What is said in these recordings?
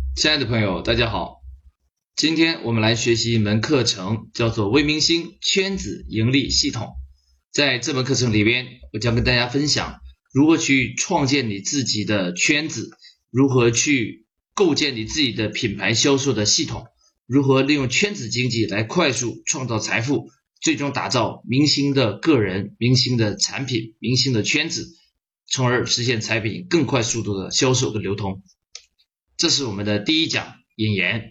亲爱的朋友，大家好。今天我们来学习一门课程，叫做微明星圈子盈利系统。在这门课程里边，我将跟大家分享如何去创建你自己的圈子，如何去构建你自己的品牌销售的系统，如何利用圈子经济来快速创造财富，最终打造明星的个人、明星的产品、明星的圈子，从而实现产品更快速度的销售跟流通。这是我们的第一讲引言。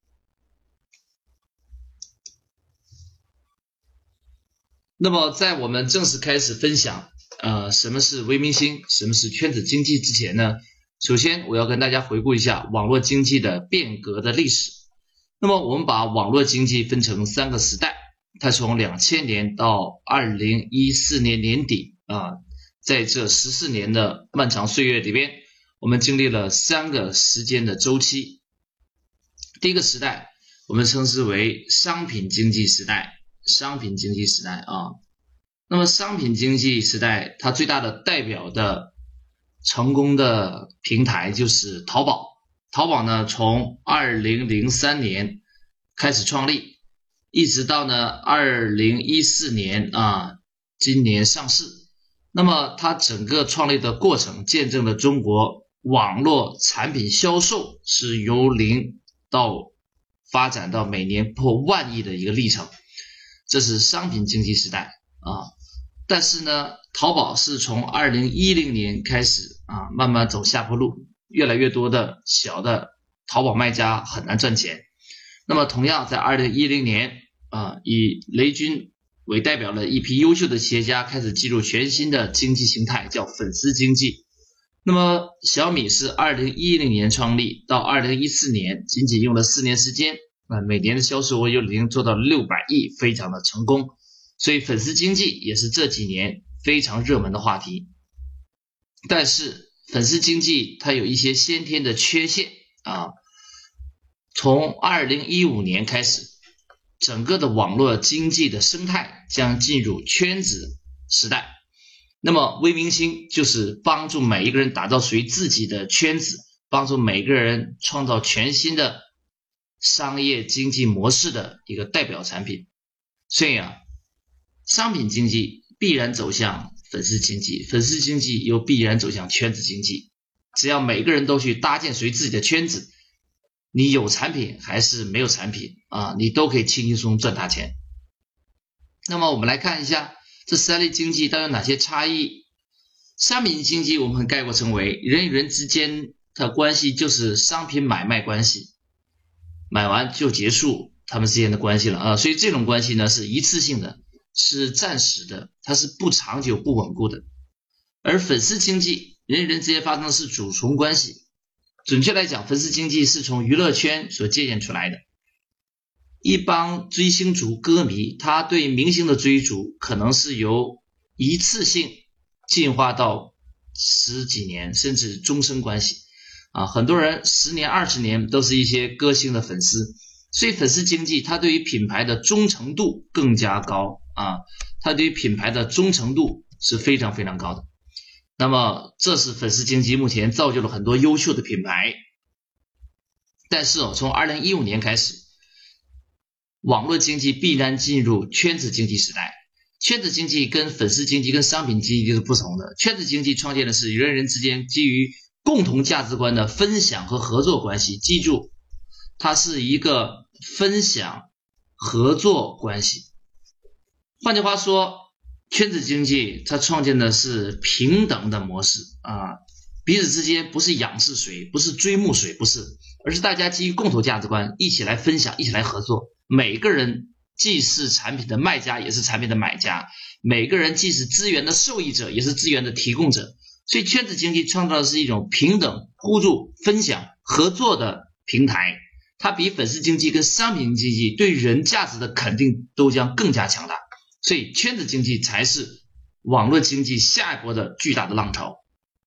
那么在我们正式开始分享什么是微明星，什么是圈子经济之前呢，首先我要跟大家回顾一下网络经济的变革的历史。那么我们把网络经济分成3个时代，它从2000年到2014年年底在这14年的漫长岁月里边，我们经历了3个时间的周期。第一个时代我们称之为商品经济时代。那么商品经济时代它最大的代表的成功的平台就是淘宝。淘宝呢从2003年开始创立，一直到呢2014年今年上市。那么它整个创立的过程见证了中国网络产品销售是由零到发展到每年破万亿的一个历程，这是商品经济时代但是呢，淘宝是从2010年开始慢慢走下坡路，越来越多的小的淘宝卖家很难赚钱。那么同样在2010年以雷军为代表了一批优秀的企业家开始进入全新的经济形态，叫粉丝经济。那么小米是2010年创立，到2014年仅仅用了4年时间每年的销售额由0做到600亿，非常的成功。所以粉丝经济也是这几年非常热门的话题。但是粉丝经济它有一些先天的缺陷从2015年开始，整个的网络经济的生态将进入圈子时代。那么微明星就是帮助每一个人打造属于自己的圈子，帮助每个人创造全新的商业经济模式的一个代表产品。所以商品经济必然走向粉丝经济，粉丝经济又必然走向圈子经济。只要每个人都去搭建属于自己的圈子，你有产品还是没有产品你都可以轻轻松松赚大钱。那么我们来看一下这3类经济都有哪些差异。商品经济我们会概括成为人与人之间的关系就是商品买卖关系，买完就结束他们之间的关系了所以这种关系呢是一次性的，是暂时的，它是不长久不稳固的。而粉丝经济人与人之间发生的是主从关系，准确来讲粉丝经济是从娱乐圈所借鉴出来的。一帮追星族歌迷，他对明星的追逐可能是由一次性进化到10几年甚至终身关系很多人10年20年都是一些歌星的粉丝。所以粉丝经济它对于品牌的忠诚度更加高它对于品牌的忠诚度是非常非常高的。那么这是粉丝经济目前造就了很多优秀的品牌。但是从2015年开始，网络经济必然进入圈子经济时代。圈子经济跟粉丝经济跟商品经济是不同的。圈子经济创建的是人与人之间基于共同价值观的分享和合作关系，记住它是一个分享合作关系。换句话说，圈子经济它创建的是平等的模式彼此之间不是仰视谁，不是追慕谁，不是，而是大家基于共同价值观一起来分享，一起来合作。每个人既是产品的卖家也是产品的买家，每个人既是资源的受益者也是资源的提供者。所以圈子经济创造的是一种平等、互助、分享、合作的平台，它比粉丝经济跟商品经济对人价值的肯定都将更加强大。所以圈子经济才是网络经济下一波的巨大的浪潮。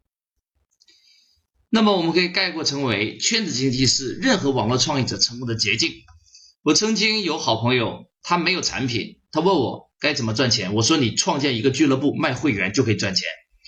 那么我们可以概括成为圈子经济是任何网络创业者成功的捷径。我曾经有好朋友，他没有产品，他问我该怎么赚钱，我说你创建一个俱乐部卖会员就可以赚钱。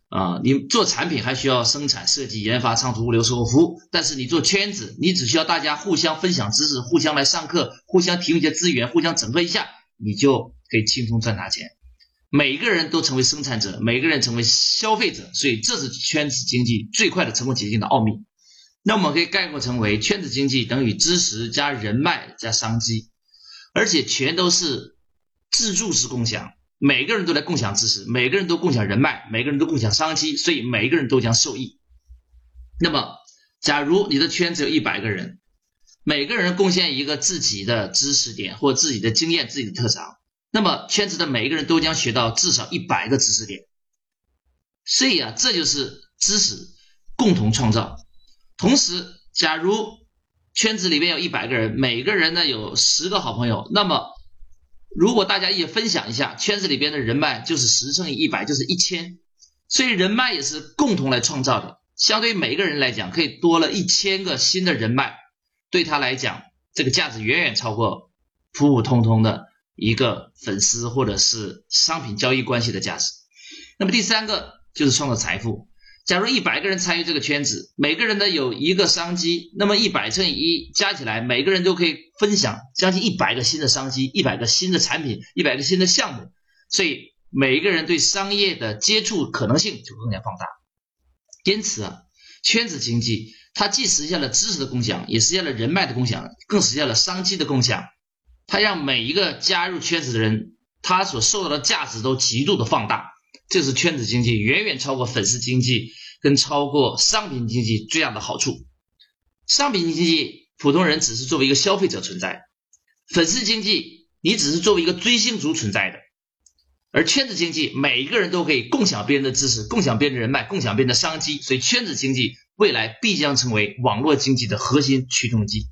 你做产品还需要生产、设计、研发、仓储、物流、售后服务，但是你做圈子，你只需要大家互相分享知识，互相来上课，互相提供一些资源，互相整合一下，你就可以轻松赚大钱。每个人都成为生产者，每个人成为消费者，所以这是圈子经济最快的成功捷径的奥秘。那我们可以概括成为圈子经济等于知识加人脉加商机，而且全都是自助式共享，每个人都来共享知识，每个人都共享人脉，每个人都共享商机，所以每个人都将受益。那么假如你的圈子有100个人，每个人贡献一个自己的知识点或自己的经验、自己的特长，那么圈子的每一个人都将学到至少100个知识点。所以这就是知识共同创造。同时假如圈子里面有100个人，每个人呢有10个好朋友，那么如果大家一起分享一下，圈子里边的人脉就是10乘以100就是1000，所以人脉也是共同来创造的。相对于每一个人来讲，可以多了1000个新的人脉，对他来讲这个价值远远超过普普通通的一个粉丝或者是商品交易关系的价值。那么第3个就是创造财富。假如100个人参与这个圈子，每个人呢有一个商机，那么100乘以1加起来，每个人都可以分享将近100个新的商机，100个新的产品，100个新的项目，所以每一个人对商业的接触可能性就更加放大。因此圈子经济它既实现了知识的共享，也实现了人脉的共享，更实现了商机的共享。它让每一个加入圈子的人，他所受到的价值都极度的放大。这是圈子经济远远超过粉丝经济跟超过商品经济最大的好处。商品经济普通人只是作为一个消费者存在，粉丝经济你只是作为一个追星族存在的，而圈子经济每一个人都可以共享别人的知识，共享别人的人脉，共享别人的商机，所以圈子经济未来必将成为网络经济的核心驱动剂。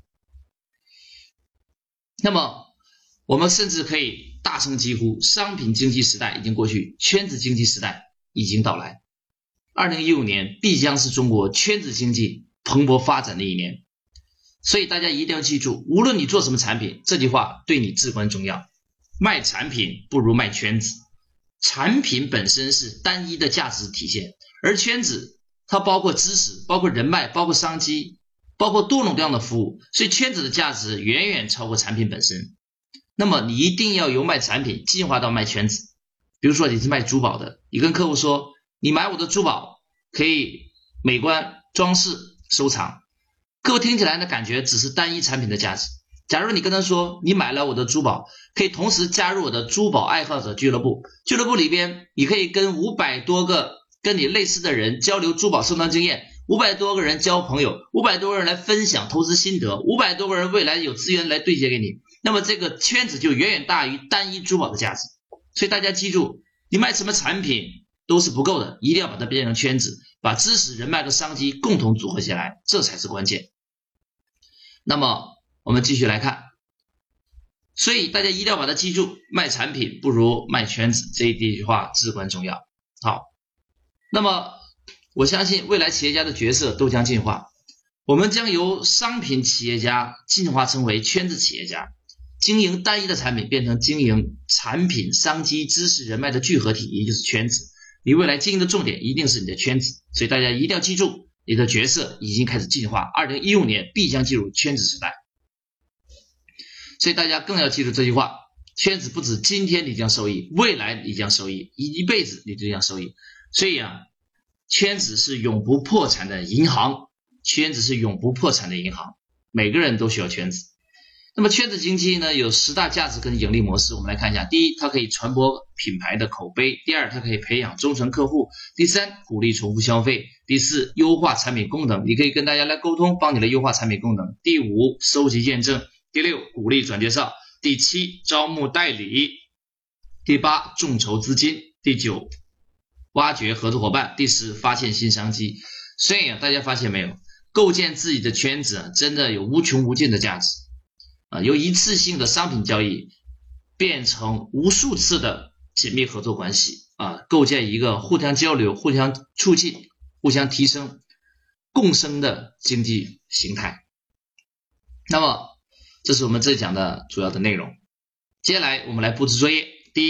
那么我们甚至可以大声疾呼，商品经济时代已经过去，圈子经济时代已经到来。2015年必将是中国圈子经济蓬勃发展的一年。所以大家一定要记住，无论你做什么产品，这句话对你至关重要。卖产品不如卖圈子。产品本身是单一的价值体现，而圈子它包括知识，包括人脉，包括商机，包括多种多样的服务，所以圈子的价值远远超过产品本身。那么你一定要由卖产品进化到卖圈子。比如说你是卖珠宝的，你跟客户说，你买我的珠宝可以美观装饰收藏，客户听起来的感觉只是单一产品的价值。假如你跟他说，你买了我的珠宝可以同时加入我的珠宝爱好者俱乐部，俱乐部里边你可以跟500多个跟你类似的人交流珠宝收藏经验，500多个人交朋友，500多个人来分享投资心得，500多个人未来有资源来对接给你，那么这个圈子就远远大于单一珠宝的价值。所以大家记住，你卖什么产品都是不够的，一定要把它变成圈子，把知识、人脉和商机共同组合起来，这才是关键。那么我们继续来看，所以大家一定要把它记住，卖产品不如卖圈子，这一句话至关重要。好，那么我相信未来企业家的角色都将进化，我们将由商品企业家进化成为圈子企业家，经营单一的产品变成经营产品、商机、知识、人脉的聚合体，也就是圈子。你未来经营的重点一定是你的圈子，所以大家一定要记住，你的角色已经开始进化，2015年必将进入圈子时代。所以大家更要记住这句话，圈子不止今天你将受益，未来你将受益，一辈子你都将受益。所以圈子是永不破产的银行，圈子是永不破产的银行，每个人都需要圈子。那么圈子经济呢，有10大价值跟盈利模式，我们来看一下。第一，它可以传播品牌的口碑；第二，它可以培养忠诚客户；第三，鼓励重复消费；第四，优化产品功能，你可以跟大家来沟通，帮你来优化产品功能；第五，收集验证；第六，鼓励转介绍；第七，招募代理；第八，众筹资金；第九，挖掘合作伙伴；第十，发现新商机。所以大家发现没有，构建自己的圈子真的有无穷无尽的价值。由一次性的商品交易变成无数次的紧密合作关系构建一个互相交流、互相促进、互相提升、共生的经济形态。那么这是我们这讲的主要的内容。接下来我们来布置作业。第一，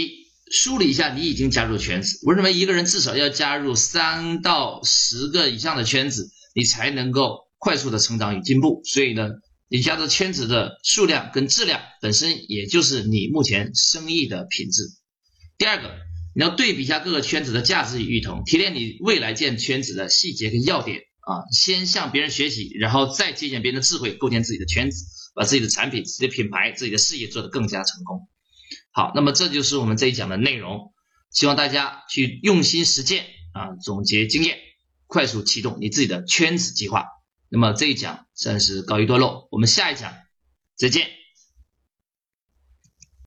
梳理一下你已经加入的圈子。我认为一个人至少要加入3到10个以上的圈子，你才能够快速的成长与进步。所以呢，你加入圈子的数量跟质量本身也就是你目前生意的品质。第二个，你要对比一下各个圈子的价值与异同，提炼你未来建圈子的细节跟要点先向别人学习，然后再借鉴别人的智慧，构建自己的圈子，把自己的产品、自己的品牌、自己的事业做得更加成功。好，那么这就是我们这一讲的内容，希望大家去用心实践总结经验，快速启动你自己的圈子计划。那么这一讲暂时告一段落，我们下一讲再见。